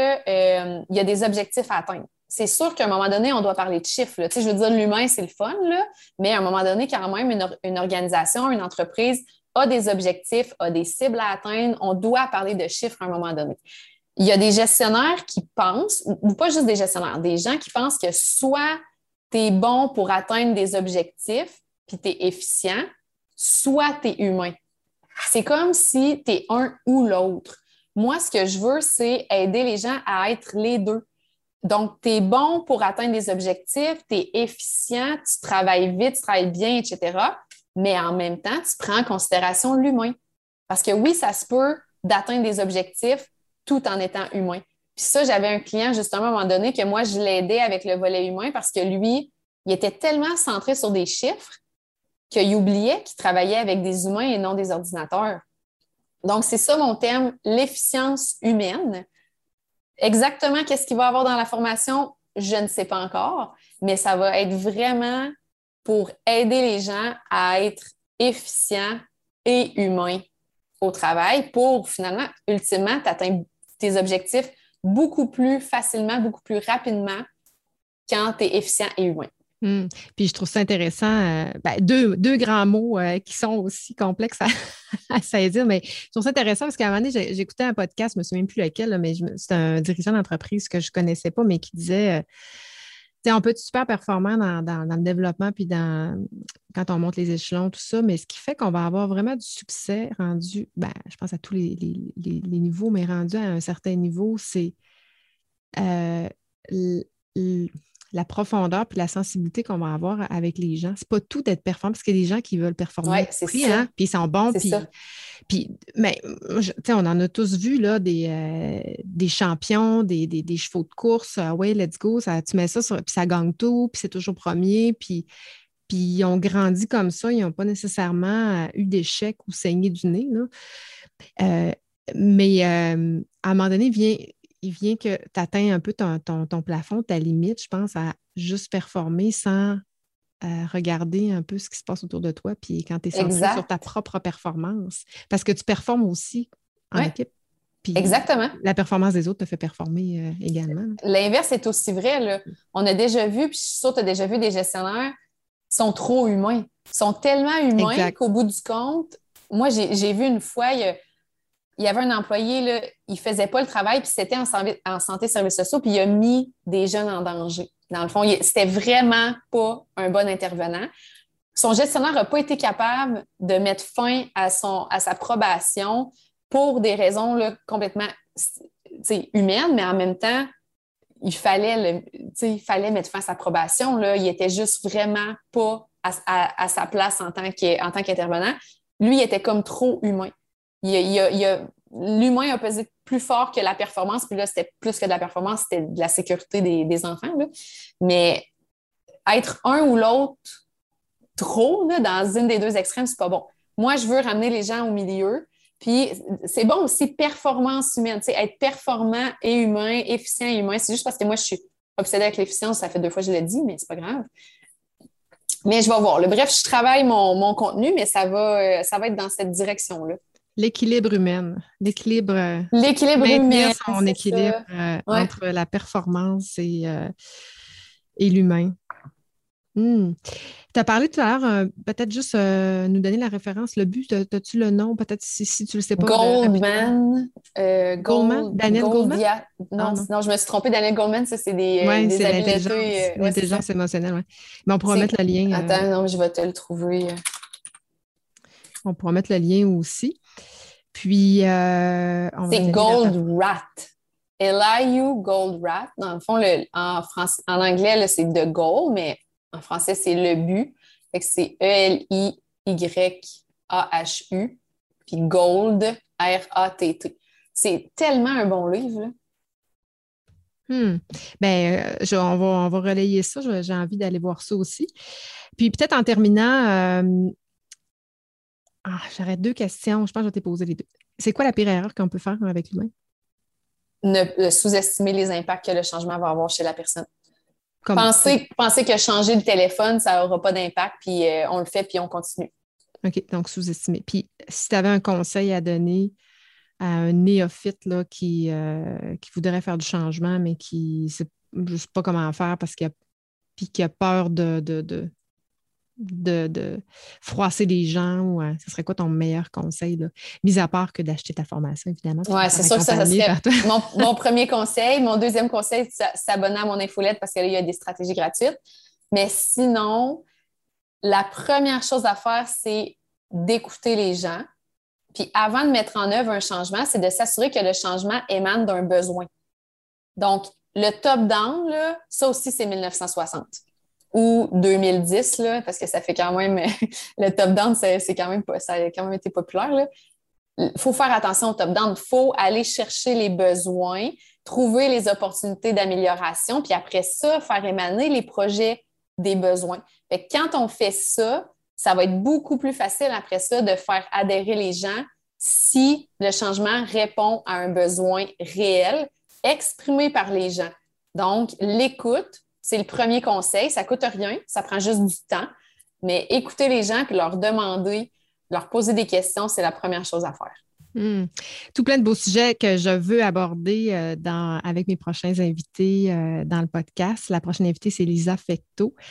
y a des objectifs à atteindre. C'est sûr qu'à un moment donné, on doit parler de chiffres. Tu sais, je veux dire, l'humain, c'est le fun, là, mais à un moment donné, quand même, une organisation, une entreprise a des objectifs, a des cibles à atteindre. On doit parler de chiffres à un moment donné. Il y a des gestionnaires qui pensent, ou pas juste des gestionnaires, des gens qui pensent que soit tu es bon pour atteindre des objectifs, puis tu es efficient, soit tu es humain. C'est comme si tu es un ou l'autre. Moi, ce que je veux, c'est aider les gens à être les deux. Donc, tu es bon pour atteindre des objectifs, tu es efficient, tu travailles vite, tu travailles bien, etc. Mais en même temps, tu prends en considération l'humain. Parce que oui, ça se peut d'atteindre des objectifs tout en étant humain. Puis ça, j'avais un client, justement, à un moment donné, que moi, je l'ai aidé avec le volet humain parce que lui, il était tellement centré sur des chiffres qu'il oubliait qu'il travaillait avec des humains et non des ordinateurs. Donc, c'est ça mon thème, l'efficience humaine. Exactement qu'est-ce qu'il va y avoir dans la formation, je ne sais pas encore, mais ça va être vraiment pour aider les gens à être efficients et humains au travail pour, finalement, ultimement, t'atteindre tes objectifs beaucoup plus facilement, beaucoup plus rapidement quand tu es efficient et humain. Puis je trouve ça intéressant. Deux grands mots qui sont aussi complexes à saisir, mais je trouve ça intéressant parce qu'à un moment donné, j'écoutais un podcast, je ne me souviens plus lequel, là, mais c'est un dirigeant d'entreprise que je ne connaissais pas, mais qui disait tu sais, on peut être super performant dans le développement puis quand on monte les échelons, tout ça, mais ce qui fait qu'on va avoir vraiment du succès rendu, je pense à tous les niveaux, mais rendu à un certain niveau, c'est euh, l- l- la profondeur puis la sensibilité qu'on va avoir avec les gens. C'est pas tout d'être performant, parce qu'il y a des gens qui veulent Oui, performer à c'est tout prix, ça. hein, puis ils sont bons, C'est ça. mais tu sais, on en a tous vu là, des champions, des chevaux de course. Ouais, let's go, tu mets ça, puis ça gagne tout, puis c'est toujours premier, puis ils ont grandi comme ça, ils n'ont pas nécessairement eu d'échecs ou saigné du nez, là. Euh, mais à un moment donné, il vient que tu atteins un peu ton plafond, ta limite, je pense, à juste performer sans regarder un peu ce qui se passe autour de toi, puis quand tu es centré sur ta Exact. propre performance, parce que tu performes aussi en Oui, équipe, puis exactement. la performance des autres te fait performer également. L'inverse est aussi vrai, là. On a déjà vu, puis je suis sûre que tu as déjà vu des gestionnaires qui sont trop humains. Ils sont tellement humains Exact. qu'au bout du compte, moi, j'ai vu une fois, il y avait un employé, là, il ne faisait pas le travail, puis c'était en santé services sociaux, puis il a mis des jeunes en danger. Dans le fond, c'était vraiment pas un bon intervenant. Son gestionnaire n'a pas été capable de mettre fin à sa probation pour des raisons là, complètement humaines, mais en même temps, il fallait mettre fin à sa probation. Là. Il était juste vraiment pas à sa place en tant qu'intervenant. Lui, il était comme trop humain. L'humain a pesé plus fort que la performance, puis là, c'était plus que de la performance, c'était de la sécurité des enfants. Là. Mais être un ou l'autre trop là, dans une des deux extrêmes, c'est pas bon. Moi, je veux ramener les gens au milieu. Puis c'est bon aussi, performance humaine, être performant et humain, efficient et humain. C'est juste parce que moi, je suis obsédée avec l'efficience, ça fait 2 fois que je l'ai dit, mais c'est pas grave. Mais je vais voir. Bref, je travaille mon contenu, mais ça va être dans cette direction-là. L'équilibre humain, L'équilibre maintenir humain, son c'est équilibre ça. Ouais. entre la performance et l'humain. Tu as parlé tout à l'heure, peut-être juste nous donner la référence, le but, as-tu le nom, peut-être si tu ne le sais pas rapidement. Goldman, Goldman? Daniel Goldman? Ah Non, non. je me suis trompée. Daniel Goldman, ça, c'est Oui, des c'est habiletés. Ouais, c'est ça. l'intelligence émotionnelle, ouais. Mais on pourra mettre le lien. Attends, non, je vais te le trouver. On pourra mettre le lien aussi. Puis, on va C'est donner la Goldratt. Elihu Goldratt. Dans le fond, en anglais, là, c'est The Goal, mais en français, c'est le but. Fait que c'est Eliyyahu, puis Gold, Ratt. C'est tellement un bon livre, là. On va relayer ça. J'ai envie d'aller voir ça aussi. Puis peut-être en terminant, j'aurais 2 questions. Je pense que je vais te poser les deux. C'est quoi la pire erreur qu'on peut faire avec l'humain? Ne sous-estimer les impacts que le changement va avoir chez la personne. Comme, Penser que changer le téléphone, ça n'aura pas d'impact, puis on le fait, puis on continue. OK, donc sous-estimer. Puis si tu avais un conseil à donner à un néophyte là, qui voudrait faire du changement, mais qui ne sait juste pas comment faire parce qu'il a peur de froisser les gens, ou ce serait quoi ton meilleur conseil, là? Mis à part que d'acheter ta formation, évidemment. Oui, c'est sûr que ça serait mon premier conseil. Mon deuxième conseil, c'est s'abonner à mon infolette parce qu'il y a des stratégies gratuites. Mais sinon, la première chose à faire, c'est d'écouter les gens. Puis avant de mettre en œuvre un changement, c'est de s'assurer que le changement émane d'un besoin. Donc, le top-down, là, ça aussi, c'est 1960 ou 2010, là, parce que ça fait quand même... le top-down, ça a quand même été populaire, là. Il faut faire attention au top-down. Il faut aller chercher les besoins, trouver les opportunités d'amélioration, puis après ça, faire émaner les projets des besoins. Fait que quand on fait ça, ça va être beaucoup plus facile après ça de faire adhérer les gens si le changement répond à un besoin réel exprimé par les gens. Donc, l'écoute, c'est le premier conseil. Ça ne coûte rien, ça prend juste du temps. Mais écouter les gens puis leur demander, leur poser des questions, c'est la première chose à faire. Tout plein de beaux sujets que je veux aborder avec mes prochains invités dans le podcast. La prochaine invitée, c'est Lisa Fecteau,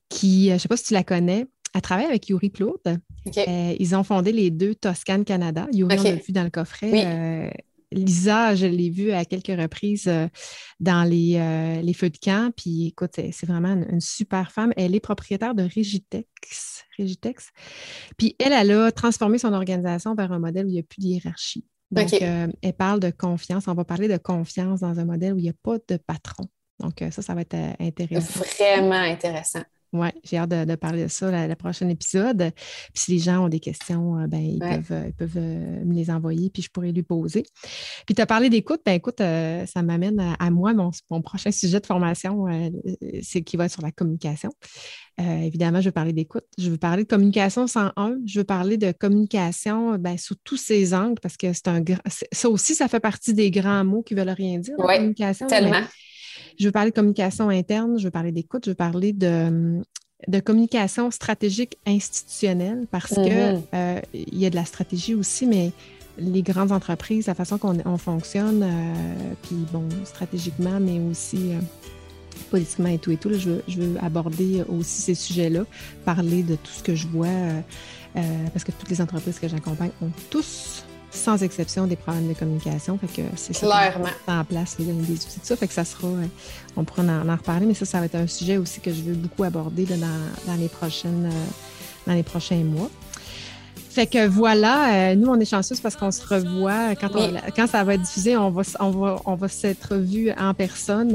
qui, je ne sais pas si tu la connais, elle travaille avec Yuri Claude. Okay. Ils ont fondé les deux Toscane Canada. Yuri, on l'a vu dans le coffret. Oui. Lisa, je l'ai vue à quelques reprises dans les feux de camp. Puis écoute, c'est vraiment une super femme. Elle est propriétaire de Régitex. Puis elle a transformé son organisation vers un modèle où il n'y a plus de hiérarchie. Donc, elle parle de confiance. On va parler de confiance dans un modèle où il n'y a pas de patron. Donc, ça va être intéressant. Vraiment intéressant. Oui, j'ai hâte de parler de ça le prochain épisode. Puis si les gens ont des questions, ils peuvent me les envoyer, puis je pourrais lui poser. Puis tu as parlé d'écoute. Ben écoute, ça m'amène à moi, mon prochain sujet de formation, c'est qui va être sur la communication. Évidemment, je veux parler d'écoute. Je veux parler de communication 101. Je veux parler de communication sous tous ses angles, parce que ça aussi, ça fait partie des grands mots qui ne veulent rien dire, la communication. Tellement. Je veux parler de communication interne, je veux parler d'écoute, je veux parler de communication stratégique institutionnelle, parce que il y a de la stratégie aussi, mais les grandes entreprises, la façon qu'on fonctionne, puis bon, stratégiquement, mais aussi politiquement et tout, là, je veux aborder aussi ces sujets-là, parler de tout ce que je vois, parce que toutes les entreprises que j'accompagne ont tous, sans exception, des problèmes de communication. Fait que c'est ça Clairement. En place, les outils de ça. Fait que ça sera, on pourra en reparler, mais ça va être un sujet aussi que je veux beaucoup aborder là, dans les prochains mois. Fait que voilà, nous, on est chanceux parce qu'on se revoit. Quand ça va être diffusé, on va s'être vus en personne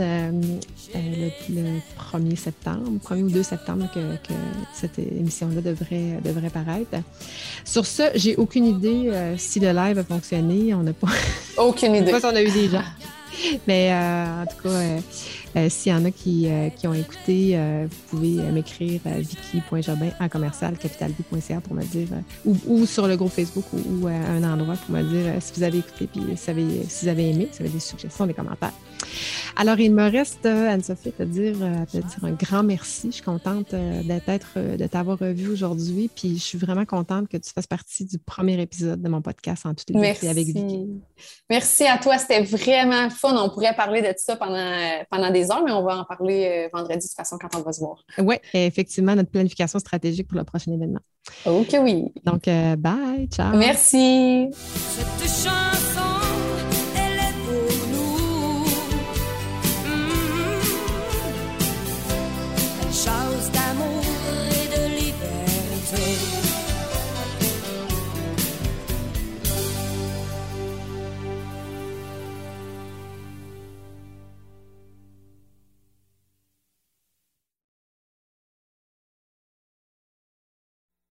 le 1er septembre, 1er ou 2 septembre que cette émission-là devrait paraître. Sur ce, j'ai aucune idée si le live a fonctionné. On n'a pas... Aucune idée. Je ne sais pas si on a eu des gens. Mais en tout cas, s'il y en a qui ont écouté, vous pouvez m'écrire à vicky.jobin@capitalvie.ca pour me dire, ou sur le groupe Facebook ou un endroit pour me dire si vous avez écouté puis si vous avez aimé, si vous avez des suggestions, des commentaires. Alors, il me reste, Anne-Sophie, à te dire un grand merci. Je suis contente de t'avoir revue aujourd'hui. Puis, je suis vraiment contente que tu fasses partie du premier épisode de mon podcast En toute liberté avec Vicky. Merci à toi. C'était vraiment fun. On pourrait parler de ça pendant des heures, mais on va en parler vendredi de toute façon quand on va se voir. Oui, effectivement, notre planification stratégique pour le prochain événement. OK, oui. Donc, bye, ciao. Merci. Cette chanson